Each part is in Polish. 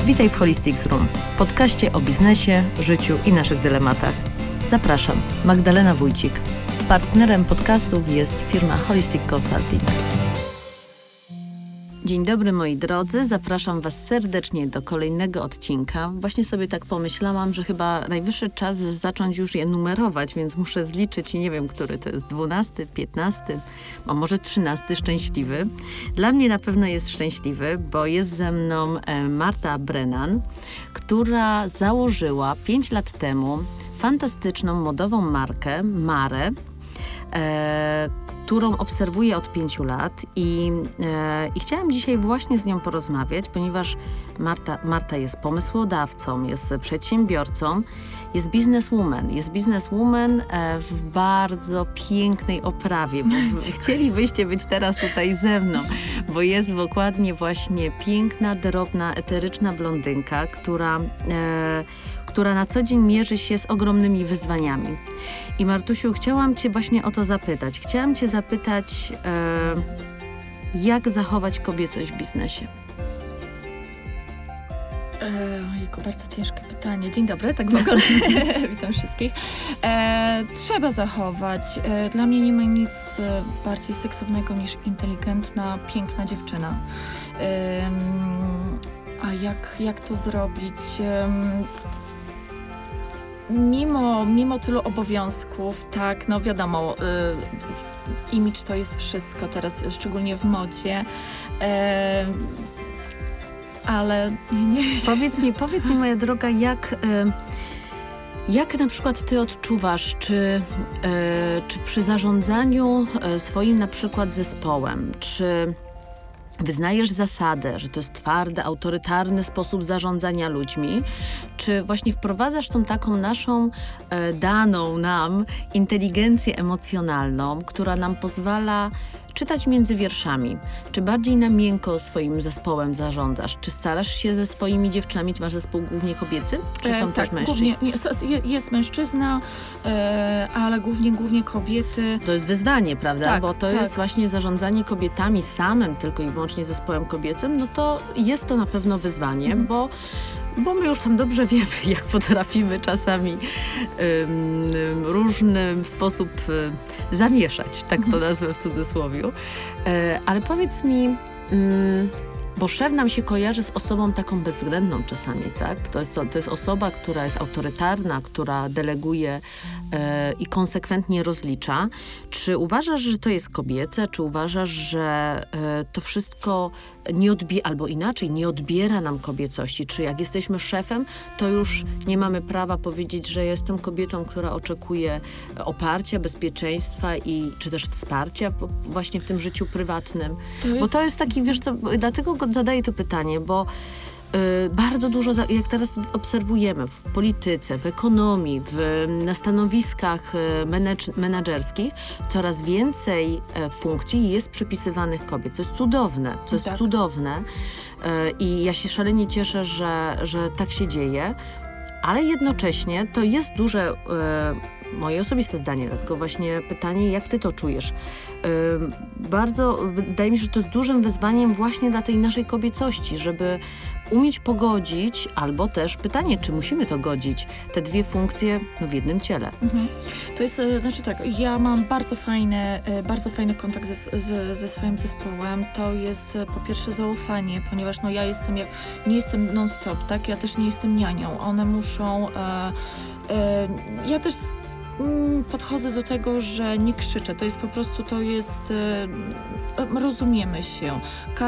Witaj w Holistics Room, podcaście o biznesie, życiu i naszych dylematach. Zapraszam, Magdalena Wójcik. Partnerem podcastów jest firma Holistic Consulting. Dzień dobry moi drodzy, zapraszam Was serdecznie do kolejnego odcinka. Właśnie sobie tak pomyślałam, że chyba najwyższy czas zacząć już je numerować, więc muszę zliczyć i nie wiem, który to jest 12, 15, a może 13 szczęśliwy. Dla mnie na pewno jest szczęśliwy, bo jest ze mną Marta Brennan, która założyła 5 lat temu fantastyczną modową markę Mare, którą obserwuję od 5 lat i chciałam dzisiaj właśnie z nią porozmawiać, ponieważ Marta jest pomysłodawcą, jest przedsiębiorcą, jest bizneswoman w bardzo pięknej oprawie, bo chcielibyście być teraz tutaj ze mną, bo jest dokładnie właśnie piękna, drobna, eteryczna blondynka, która na co dzień mierzy się z ogromnymi wyzwaniami. I Martusiu, chciałam Cię właśnie o to zapytać. Chciałam Cię zapytać, jak zachować kobiecość w biznesie? Ojejku, bardzo ciężkie pytanie. Dzień dobry, tak w ogóle. Witam wszystkich. Trzeba zachować. Dla mnie nie ma nic bardziej seksownego niż inteligentna, piękna dziewczyna. A jak to zrobić? Mimo tylu obowiązków, tak, no wiadomo, imidż to jest wszystko teraz, szczególnie w modzie, ale nie. Powiedz mi, moja droga, jak na przykład Ty odczuwasz, czy przy zarządzaniu swoim na przykład zespołem, czy wyznajesz zasadę, że to jest twardy, autorytarny sposób zarządzania ludźmi, czy właśnie wprowadzasz tą taką naszą daną nam inteligencję emocjonalną, która nam pozwala czytać między wierszami? Czy bardziej na miękko swoim zespołem zarządzasz? Czy starasz się ze swoimi dziewczynami, ty masz zespół głównie kobiecy? Czy są też mężczyźni? Głównie jest mężczyzna, ale głównie kobiety. To jest wyzwanie, prawda? Tak, bo to jest właśnie zarządzanie kobietami samym, tylko i wyłącznie zespołem kobiecym, no to jest to na pewno wyzwanie, bo my już tam dobrze wiemy, jak potrafimy czasami różny sposób zamieszać, tak to nazwę w cudzysłowiu. Ale powiedz mi, bo szef nam się kojarzy z osobą taką bezwzględną czasami, tak? To jest osoba, która jest autorytarna, która deleguje i konsekwentnie rozlicza. Czy uważasz, że to jest kobiece? Czy uważasz, że to wszystko nie odbiera nam kobiecości? Czy jak jesteśmy szefem, to już nie mamy prawa powiedzieć, że jestem kobietą, która oczekuje oparcia, bezpieczeństwa czy też wsparcia właśnie w tym życiu prywatnym? Bo to jest taki, wiesz co, dlatego zadaję to pytanie, bo bardzo dużo, jak teraz obserwujemy w polityce, w ekonomii, na stanowiskach menedżerskich, coraz więcej funkcji jest przypisywanych kobiet. To jest cudowne. Cudowne. I ja się szalenie cieszę, że tak się dzieje, ale jednocześnie to jest duże moje osobiste zdanie, dlatego właśnie pytanie, jak ty to czujesz? Bardzo wydaje mi się, że to jest dużym wyzwaniem właśnie dla tej naszej kobiecości, żeby umieć pogodzić, albo też pytanie, czy musimy to godzić, te dwie funkcje w jednym ciele. To jest, znaczy tak, ja mam bardzo fajny kontakt ze swoim zespołem. To jest po pierwsze zaufanie, ponieważ ja nie jestem non-stop, tak? Ja też nie jestem nianią. One muszą, ja też podchodzę do tego, że nie krzyczę. To jest po prostu, rozumiemy się.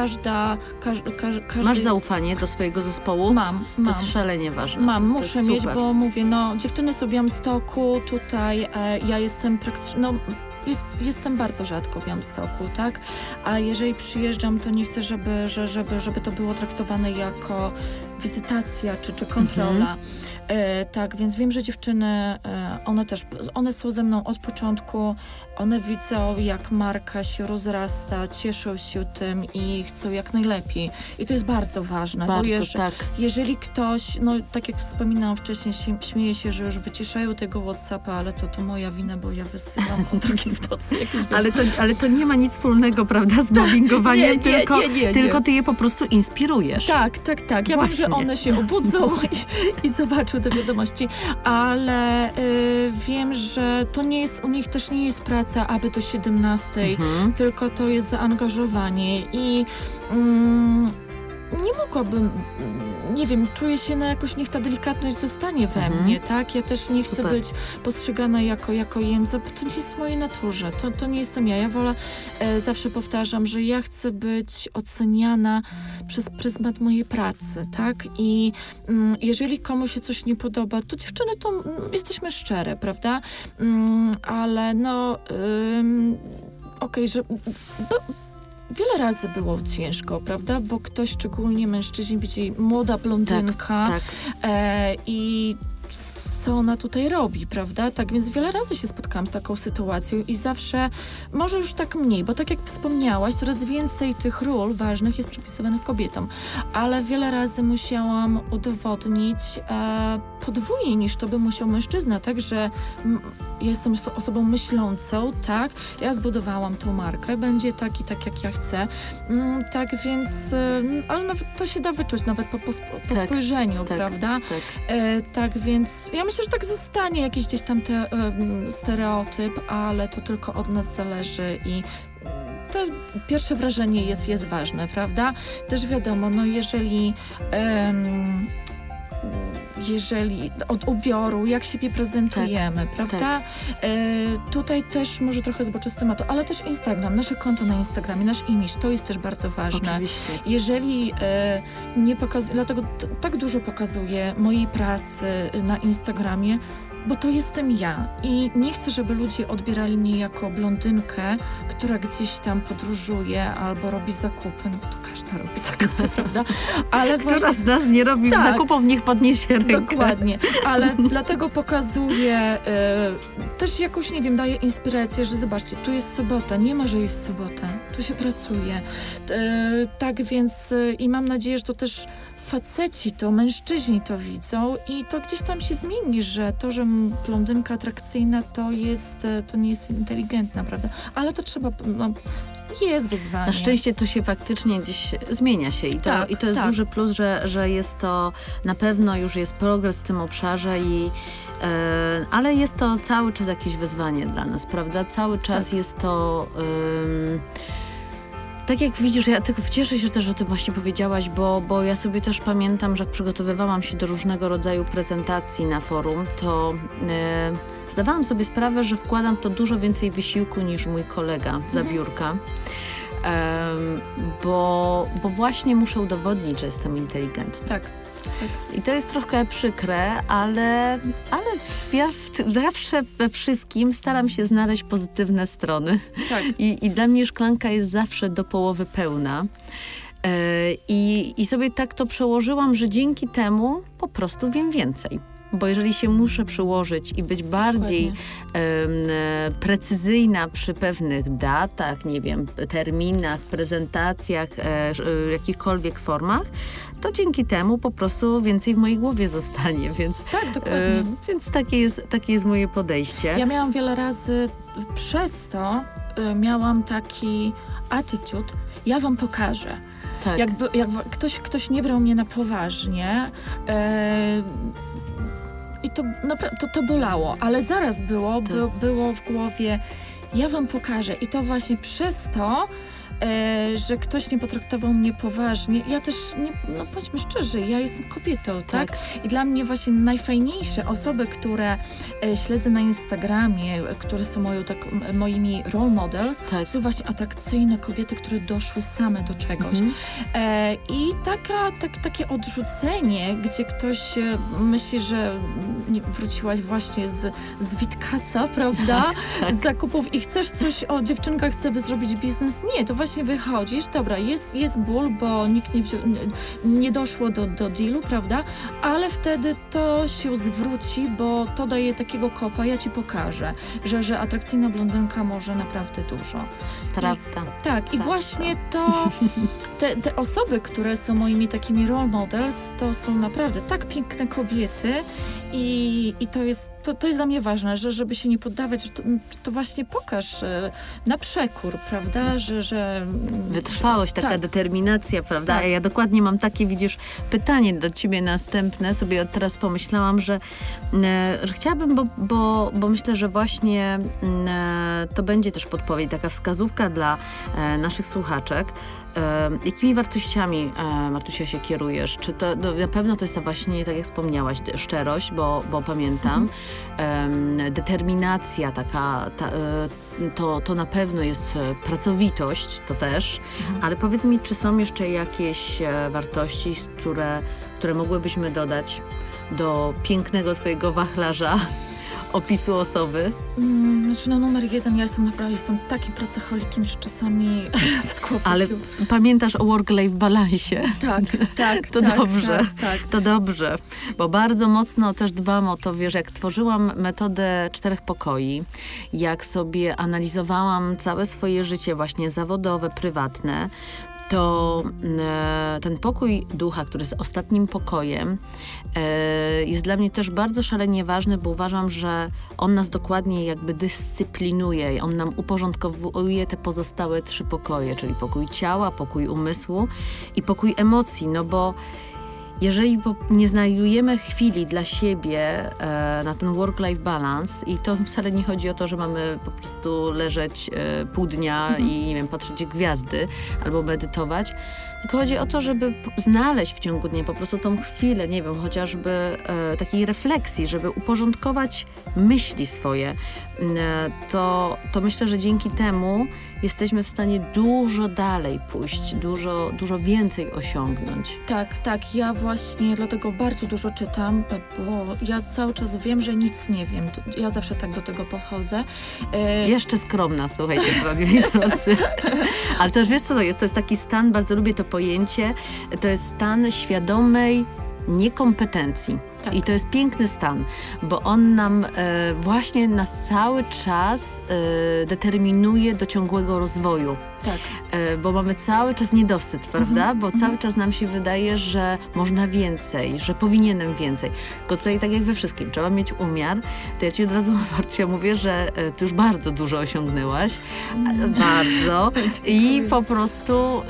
Masz zaufanie do swojego zespołu? Mam. To jest szalenie ważne. Muszę mieć, bo mówię, dziewczyny są w Białymstoku, tutaj ja jestem praktycznie, jestem bardzo rzadko w Białymstoku, tak? A jeżeli przyjeżdżam, to nie chcę, żeby to było traktowane jako wizytacja czy kontrola. Tak, więc wiem, że dziewczyny, one są ze mną od początku, one widzą, jak marka się rozrasta, cieszą się tym i chcą jak najlepiej. I to jest bardzo ważne, bo jeżeli ktoś, tak jak wspominałam wcześniej, śmieje się, że już wyciszają tego WhatsAppa, ale to moja wina, bo ja wysyłam o 2 w nocy jakieś ale to nie ma nic wspólnego, prawda, z mobbingowaniem, nie. tylko ty je po prostu inspirujesz. Tak. Ja wiem, że one się obudzą i zobaczą te wiadomości, ale wiem, że to nie jest, u nich też nie jest praca aby do 17, tylko to jest zaangażowanie i nie mogłabym, nie wiem, czuję się jakoś, niech ta delikatność zostanie we mnie, tak? Ja też nie chcę być postrzegana jako jędza, bo to nie jest w mojej naturze, to nie jestem ja. Ja wolę, zawsze powtarzam, że ja chcę być oceniana przez pryzmat mojej pracy, tak? I jeżeli komuś się coś nie podoba, to dziewczyny to jesteśmy szczere, prawda? Ale okej, że... Wiele razy było ciężko, prawda? Bo ktoś, szczególnie mężczyźni, widzi młoda blondynka i co ona tutaj robi, prawda? Tak więc wiele razy się spotkałam z taką sytuacją i zawsze, może już tak mniej, bo tak jak wspomniałaś, coraz więcej tych ról ważnych jest przypisywanych kobietom, ale wiele razy musiałam udowodnić podwójnie niż to by musiał mężczyzna, tak, że jestem osobą myślącą, tak, ja zbudowałam tą markę, będzie tak i tak, jak ja chcę, tak więc, ale nawet to się da wyczuć, nawet po spojrzeniu, prawda? Tak więc ja myślę, że tak zostanie jakiś gdzieś tam stereotyp, ale to tylko od nas zależy i to pierwsze wrażenie jest ważne, prawda? Też wiadomo, jeżeli od ubioru, jak siebie prezentujemy, prawda? Tutaj też może trochę zboczę z tematu, ale też Instagram, nasze konto na Instagramie, nasz imidż, to jest też bardzo ważne. Oczywiście. Jeżeli nie pokazuje, dlatego tak dużo pokazuję mojej pracy na Instagramie, bo to jestem ja i nie chcę, żeby ludzie odbierali mnie jako blondynkę, która gdzieś tam podróżuje albo robi zakupy, no bo to każda robi zakupy, prawda? Ale która z nas nie robi zakupów, niech podniesie rękę. Dokładnie, ale dlatego pokazuję, też jakoś, nie wiem, daję inspirację, że zobaczcie, tu jest sobota, nie ma, że jest sobota, tu się pracuje. Tak więc i mam nadzieję, że to też faceci mężczyźni to widzą i to gdzieś tam się zmieni, że to, że blondynka atrakcyjna to nie jest inteligentna, prawda? Ale to trzeba, jest wyzwanie. Na szczęście to się faktycznie gdzieś zmienia się i to jest duży plus, że jest to, na pewno już jest progres w tym obszarze ale jest to cały czas jakieś wyzwanie dla nas, prawda? Cały czas jest to... Tak jak widzisz, ja tylko cieszę się, że też o tym właśnie powiedziałaś, bo ja sobie też pamiętam, że jak przygotowywałam się do różnego rodzaju prezentacji na forum, to zdawałam sobie sprawę, że wkładam w to dużo więcej wysiłku niż mój kolega za biurka. Bo właśnie muszę udowodnić, że jestem inteligentna. Tak. I to jest troszkę przykre, ale ja zawsze we wszystkim staram się znaleźć pozytywne strony. Tak. I dla mnie szklanka jest zawsze do połowy pełna. I sobie tak to przełożyłam, że dzięki temu po prostu wiem więcej. Bo jeżeli się muszę przyłożyć i być bardziej precyzyjna przy pewnych datach, nie wiem, terminach, prezentacjach, jakichkolwiek formach, to dzięki temu po prostu więcej w mojej głowie zostanie, więc, dokładnie. Więc takie jest moje podejście. Ja miałam wiele razy, przez to miałam taki attitude, ja wam pokażę. Tak. Jak ktoś nie brał mnie na poważnie, i to bolało, ale zaraz było w głowie, ja wam pokażę. I to właśnie przez to, że ktoś nie potraktował mnie poważnie. Ja też, bądźmy szczerzy, ja jestem kobietą, tak? I dla mnie właśnie najfajniejsze osoby, które śledzę na Instagramie, które są moimi role models, są właśnie atrakcyjne kobiety, które doszły same do czegoś. I takie odrzucenie, gdzie ktoś myśli, że wróciłaś właśnie z Witkaca, prawda? Z zakupów i chcesz coś, dziewczynka chce zrobić biznes. Nie, to właśnie właśnie wychodzisz, dobra, jest ból, bo nikt nie doszło do dealu, prawda? Ale wtedy to się zwróci, bo to daje takiego kopa, ja ci pokażę, że atrakcyjna blondynka może naprawdę dużo. Prawda. I właśnie to, te osoby, które są moimi takimi role models, to są naprawdę tak piękne kobiety i to jest dla mnie ważne, że żeby się nie poddawać, że to właśnie pokaż na przekór, prawda, że wytrwałość, taka determinacja, prawda? Tak. A ja dokładnie mam takie, widzisz, pytanie do ciebie następne. Sobie od teraz pomyślałam, że chciałabym, bo myślę, że właśnie to będzie też podpowiedź, taka wskazówka dla naszych słuchaczek. Jakimi wartościami, Martusia, się kierujesz? Czy to na pewno to jest ta właśnie, tak jak wspomniałaś, szczerość, bo pamiętam, determinacja taka, to na pewno jest pracowitość, to też, ale powiedz mi, czy są jeszcze jakieś wartości, które mogłybyśmy dodać do pięknego twojego wachlarza opisu osoby? Znaczy numer 1, ja jestem takim pracocholikiem, że czasami zakłopę Ale się. pamiętasz o work-life balansie. Tak. To tak, dobrze, tak. to dobrze, bo bardzo mocno też dbam o to, wiesz, jak tworzyłam metodę 4 pokoi, jak sobie analizowałam całe swoje życie właśnie zawodowe, prywatne, to ten pokój ducha, który jest ostatnim pokojem, jest dla mnie też bardzo szalenie ważny, bo uważam, że on nas dokładnie jakby dyscyplinuje. On nam uporządkowuje te pozostałe 3 pokoje, czyli pokój ciała, pokój umysłu i pokój emocji, no bo jeżeli nie znajdujemy chwili dla siebie na ten work-life balance i to wcale nie chodzi o to, że mamy po prostu leżeć pół dnia i nie wiem, patrzeć jak gwiazdy albo medytować, tylko chodzi o to, żeby znaleźć w ciągu dnia po prostu tą chwilę, nie wiem, chociażby takiej refleksji, żeby uporządkować myśli swoje, to myślę, że dzięki temu jesteśmy w stanie dużo dalej pójść, dużo więcej osiągnąć. Tak, ja właśnie dlatego bardzo dużo czytam, bo ja cały czas wiem, że nic nie wiem. Ja zawsze tak do tego podchodzę. Jeszcze skromna, słuchajcie, drodzy. Ale to już wiesz, co to jest? To jest taki stan, bardzo lubię to pojęcie, to jest stan świadomej niekompetencji. Tak. I to jest piękny stan, bo on nam właśnie nas cały czas determinuje do ciągłego rozwoju. Tak. Bo mamy cały czas niedosyt, prawda? Bo cały czas nam się wydaje, że można więcej, że powinienem więcej. Tylko tutaj, tak jak we wszystkim, trzeba mieć umiar. To ja ci od razu, Marcia, mówię, że ty już bardzo dużo osiągnęłaś. Bardzo. I po prostu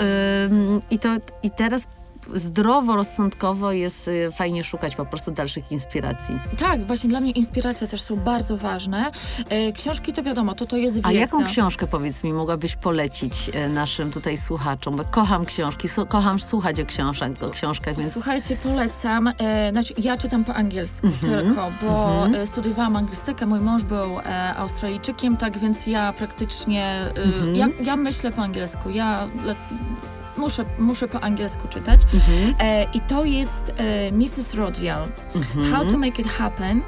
i teraz zdroworozsądkowo jest fajnie szukać po prostu dalszych inspiracji. Tak, właśnie dla mnie inspiracje też są bardzo ważne. Książki to wiadomo, to jest wiedza. A jaką książkę, powiedz mi, mogłabyś polecić naszym tutaj słuchaczom? Bo kocham książki, kocham słuchać o książkach, więc... Słuchajcie, polecam. Znaczy, ja czytam po angielsku tylko, bo studiowałam anglistykę, mój mąż był Australijczykiem, tak więc ja praktycznie, ja myślę po angielsku, muszę po angielsku czytać. I to jest Mrs. Rodial. How to make it happen.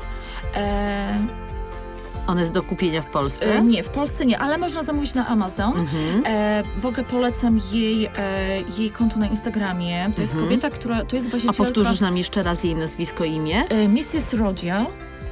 On jest do kupienia w Polsce? Nie, w Polsce nie, ale można zamówić na Amazon. W ogóle polecam jej konto na Instagramie. To jest kobieta, która, to jest właścicielka... A powtórzysz nam jeszcze raz jej nazwisko i imię? Mrs. Rodial.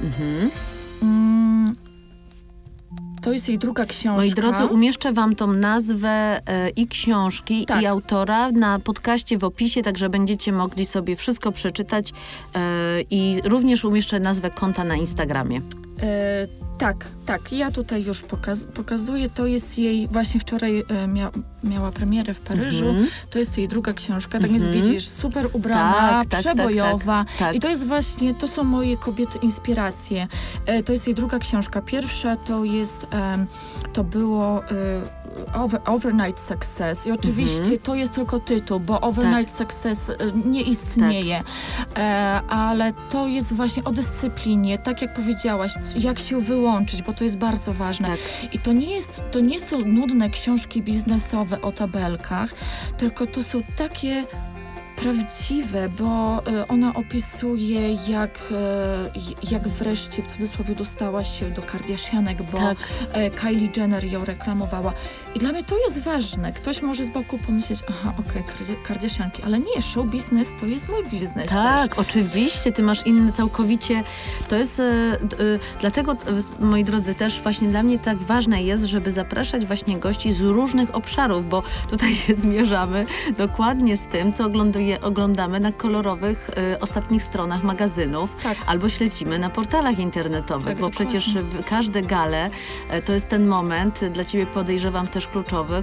To jest jej druga książka. Moi drodzy, umieszczę wam tą nazwę i książki, i autora na podcaście w opisie, także będziecie mogli sobie wszystko przeczytać i również umieszczę nazwę konta na Instagramie. Tak. Ja tutaj już pokazuję. To jest jej, właśnie wczoraj miała premierę w Paryżu. To jest jej druga książka. Tak więc widzisz, super ubrana, przebojowa. Tak. I to jest właśnie, to są moje kobiety inspiracje. To jest jej druga książka. Pierwsza to jest, to było Overnight Success. I oczywiście to jest tylko tytuł, bo Overnight Success nie istnieje. Ale to jest właśnie o dyscyplinie, tak jak powiedziałaś, jak się wyłączyć, bo to jest bardzo ważne. I to nie są nudne książki biznesowe o tabelkach, tylko to są takie prawdziwe, bo ona opisuje, jak wreszcie w cudzysłowie dostała się do Kardashianek, bo Kylie Jenner ją reklamowała. I dla mnie to jest ważne. Ktoś może z boku pomyśleć, Kardashianki, ale nie, show biznes to jest mój biznes. Tak, też. oczywiście, ty masz inny całkowicie. To jest, dlatego, moi drodzy, też właśnie dla mnie tak ważne jest, żeby zapraszać właśnie gości z różnych obszarów, bo tutaj się zmierzamy dokładnie z tym, co oglądamy na kolorowych ostatnich stronach magazynów, albo śledzimy na portalach internetowych, bo dokładnie. Przecież każde gale to jest ten moment, dla ciebie podejrzewam też kluczowy,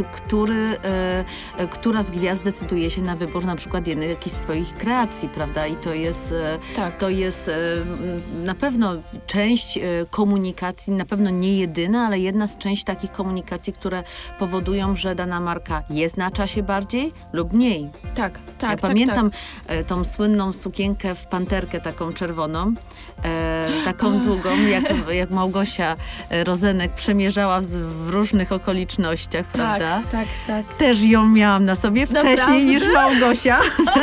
która z gwiazd decyduje się na wybór na przykład jednej jakiejś z twoich kreacji, prawda? I to jest na pewno część komunikacji, na pewno nie jedyna, ale jedna z części takich komunikacji, które powodują, że dana marka jest na czasie bardziej lub mniej. Tak. Ja pamiętam tą słynną sukienkę w panterkę taką czerwoną, taką długą, jak Małgosia Rozenek przemierzała w różnych okolicznościach, prawda? Tak. Też ją miałam na sobie wcześniej niż Małgosia.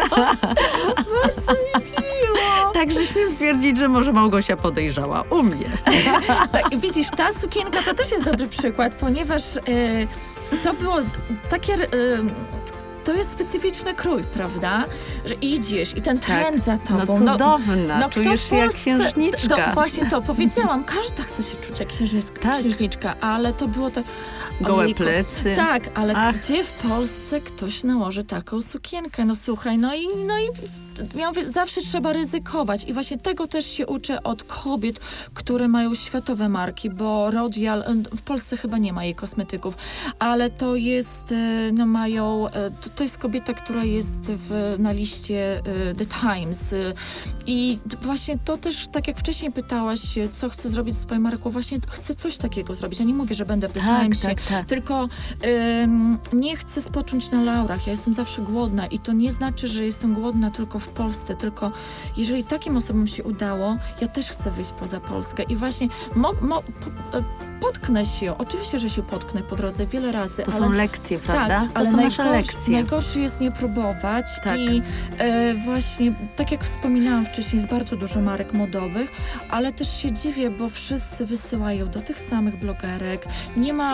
Bardzo mi miło. Także śmiem stwierdzić, że może Małgosia podejrzała u mnie. Tak, widzisz, ta sukienka to też jest dobry przykład, ponieważ to było takie... To jest specyficzny krój, prawda? Że idziesz i ten trend za tobą. No cudowna, czujesz się jak księżniczka. Właśnie to powiedziałam. Każda chce się czuć jak księżniczka, ale to było to... Gołe plecy. Tak, ale gdzie w Polsce ktoś nałoży taką sukienkę? No słuchaj, no i ja mówię, zawsze trzeba ryzykować i właśnie tego też się uczę od kobiet, które mają światowe marki, bo Rodial, w Polsce chyba nie ma jej kosmetyków, ale to jest, to jest kobieta, która jest na liście The Times i właśnie to też, tak jak wcześniej pytałaś, co chcę zrobić z swoją marką, właśnie chcę coś takiego zrobić. Ja nie mówię, że będę w The Timesie, tylko nie chcę spocząć na laurach. Ja jestem zawsze głodna i to nie znaczy, że jestem głodna tylko w Polsce, tylko jeżeli takim osobom się udało, ja też chcę wyjść poza Polskę i właśnie potknę się, oczywiście, że się potknę po drodze wiele razy. To są lekcje, prawda? Tak, to są nasze lekcje. Najgorsze jest nie próbować i właśnie, tak jak wspominałam wcześniej, jest bardzo dużo marek modowych, ale też się dziwię, bo wszyscy wysyłają do tych samych blogerek. Nie ma...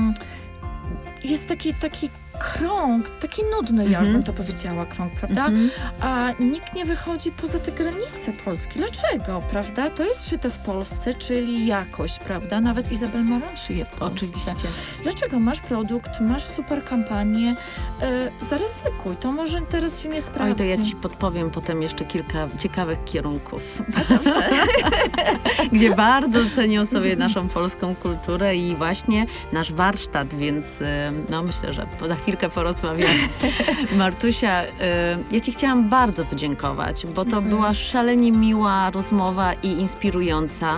jest taki krąg, taki nudny, ja już bym to powiedziała, krąg, prawda? A nikt nie wychodzi poza te granice Polski. Dlaczego, prawda? To jest szyte w Polsce, czyli jakość, prawda? Nawet Isabel Marant szyje w Polsce. Oczywiście. Dlaczego? Masz produkt, masz super kampanię, zaryzykuj, to może teraz się nie sprawdzi. Oj, to ja ci podpowiem potem jeszcze kilka ciekawych kierunków. Dobrze. Gdzie bardzo cenią sobie naszą polską kulturę i właśnie nasz warsztat, więc myślę, że za chwilkę porozmawiamy. Martusia, ja ci chciałam bardzo podziękować, bo to była szalenie miła rozmowa i inspirująca.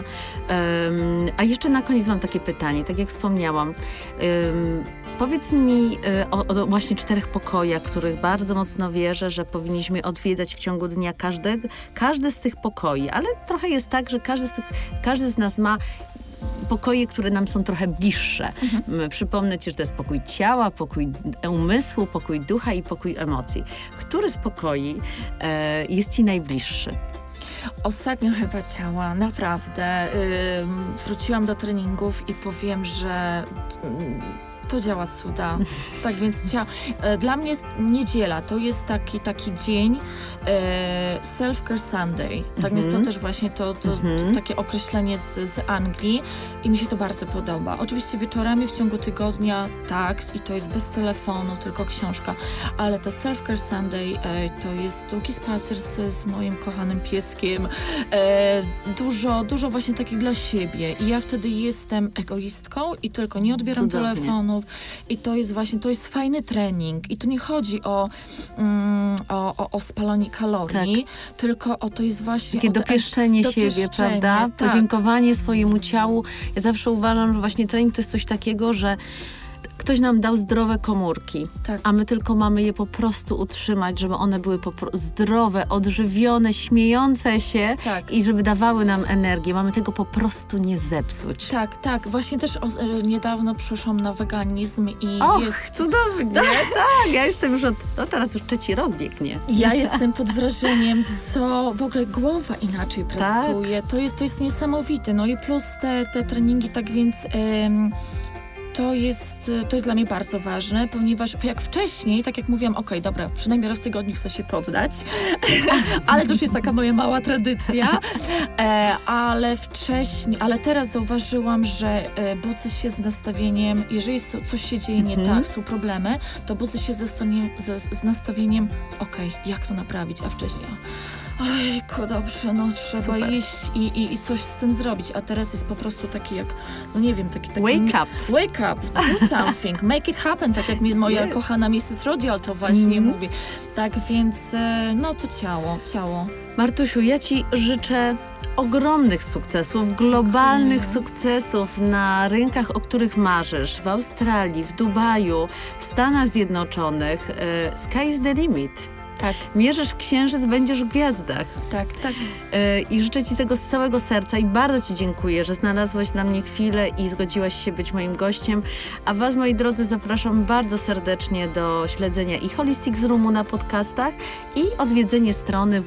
A jeszcze na koniec mam takie pytanie, tak jak wspomniałam. Powiedz mi o właśnie 4 pokojach, których bardzo mocno wierzę, że powinniśmy odwiedzać w ciągu dnia każdy z tych pokoi, ale trochę jest tak, że każdy z nas ma pokoje, które nam są trochę bliższe. Przypomnę ci, że to jest pokój ciała, pokój umysłu, pokój ducha i pokój emocji. Który z pokoi jest ci najbliższy? Ostatnio chyba ciała, naprawdę. Wróciłam do treningów i powiem, że to działa cuda. Tak więc dla mnie niedziela to jest taki dzień self-care Sunday. Tak więc to też właśnie to takie określenie z Anglii i mi się to bardzo podoba. Oczywiście wieczorami w ciągu tygodnia i to jest bez telefonu, tylko książka, ale to self-care Sunday to jest długi spacer z moim kochanym pieskiem. Dużo właśnie takich dla siebie i ja wtedy jestem egoistką i tylko nie odbieram telefonów i to jest fajny trening i tu nie chodzi o spalanie kalorii, tylko to jest właśnie takie dopieszczenie siebie, prawda? Podziękowanie swojemu ciału. Ja zawsze uważam, że właśnie trening to jest coś takiego, że ktoś nam dał zdrowe komórki, Tak. a my tylko mamy je po prostu utrzymać, żeby one były zdrowe, odżywione, śmiejące się Tak. i żeby dawały nam energię. Mamy tego po prostu nie zepsuć. Tak, tak. Właśnie też niedawno przeszłam na weganizm i Och, cudownie. Tak, ja jestem już teraz już 3. rok biegnie. Ja jestem pod wrażeniem, co w ogóle głowa inaczej pracuje. To jest niesamowite. No i plus te treningi, tak więc to jest dla mnie bardzo ważne, ponieważ jak wcześniej, tak jak mówiłam, okej, dobra, przynajmniej raz w tygodniu chcę się poddać, ale to już jest taka moja mała tradycja, ale teraz zauważyłam, że budzę się z nastawieniem, jeżeli coś się dzieje nie tak, są problemy, to budzę się z nastawieniem, okej, jak to naprawić, a wcześniej ojku, dobrze, no trzeba Super. iść i coś z tym zrobić, a teraz jest po prostu taki jak, no nie wiem, taki Wake up, do something, make it happen, tak jak mi moja kochana Mrs. Rodial to właśnie mówi. Tak więc, no to ciało. Martusiu, ja ci życzę ogromnych sukcesów, globalnych sukcesów na rynkach, o których marzysz. W Australii, w Dubaju, w Stanach Zjednoczonych. Sky is the limit. Tak, Mierzysz księżyc, będziesz w gwiazdach. tak. I życzę ci tego z całego serca i bardzo ci dziękuję, że znalazłaś dla mnie chwilę i zgodziłaś się być moim gościem. A was, moi drodzy, zapraszam bardzo serdecznie do śledzenia i Holistics Roomu na podcastach i odwiedzenie strony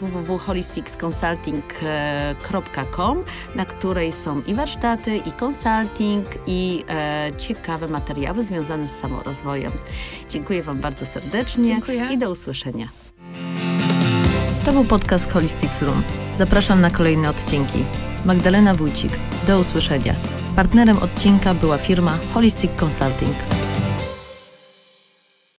www.holisticsconsulting.com, na której są i warsztaty, i consulting, i ciekawe materiały związane z samorozwojem. Dziękuję wam bardzo serdecznie. Dziękuję. I do usłyszenia. To był podcast Holistics Room. Zapraszam na kolejne odcinki. Magdalena Wójcik. Do usłyszenia. Partnerem odcinka była firma Holistic Consulting.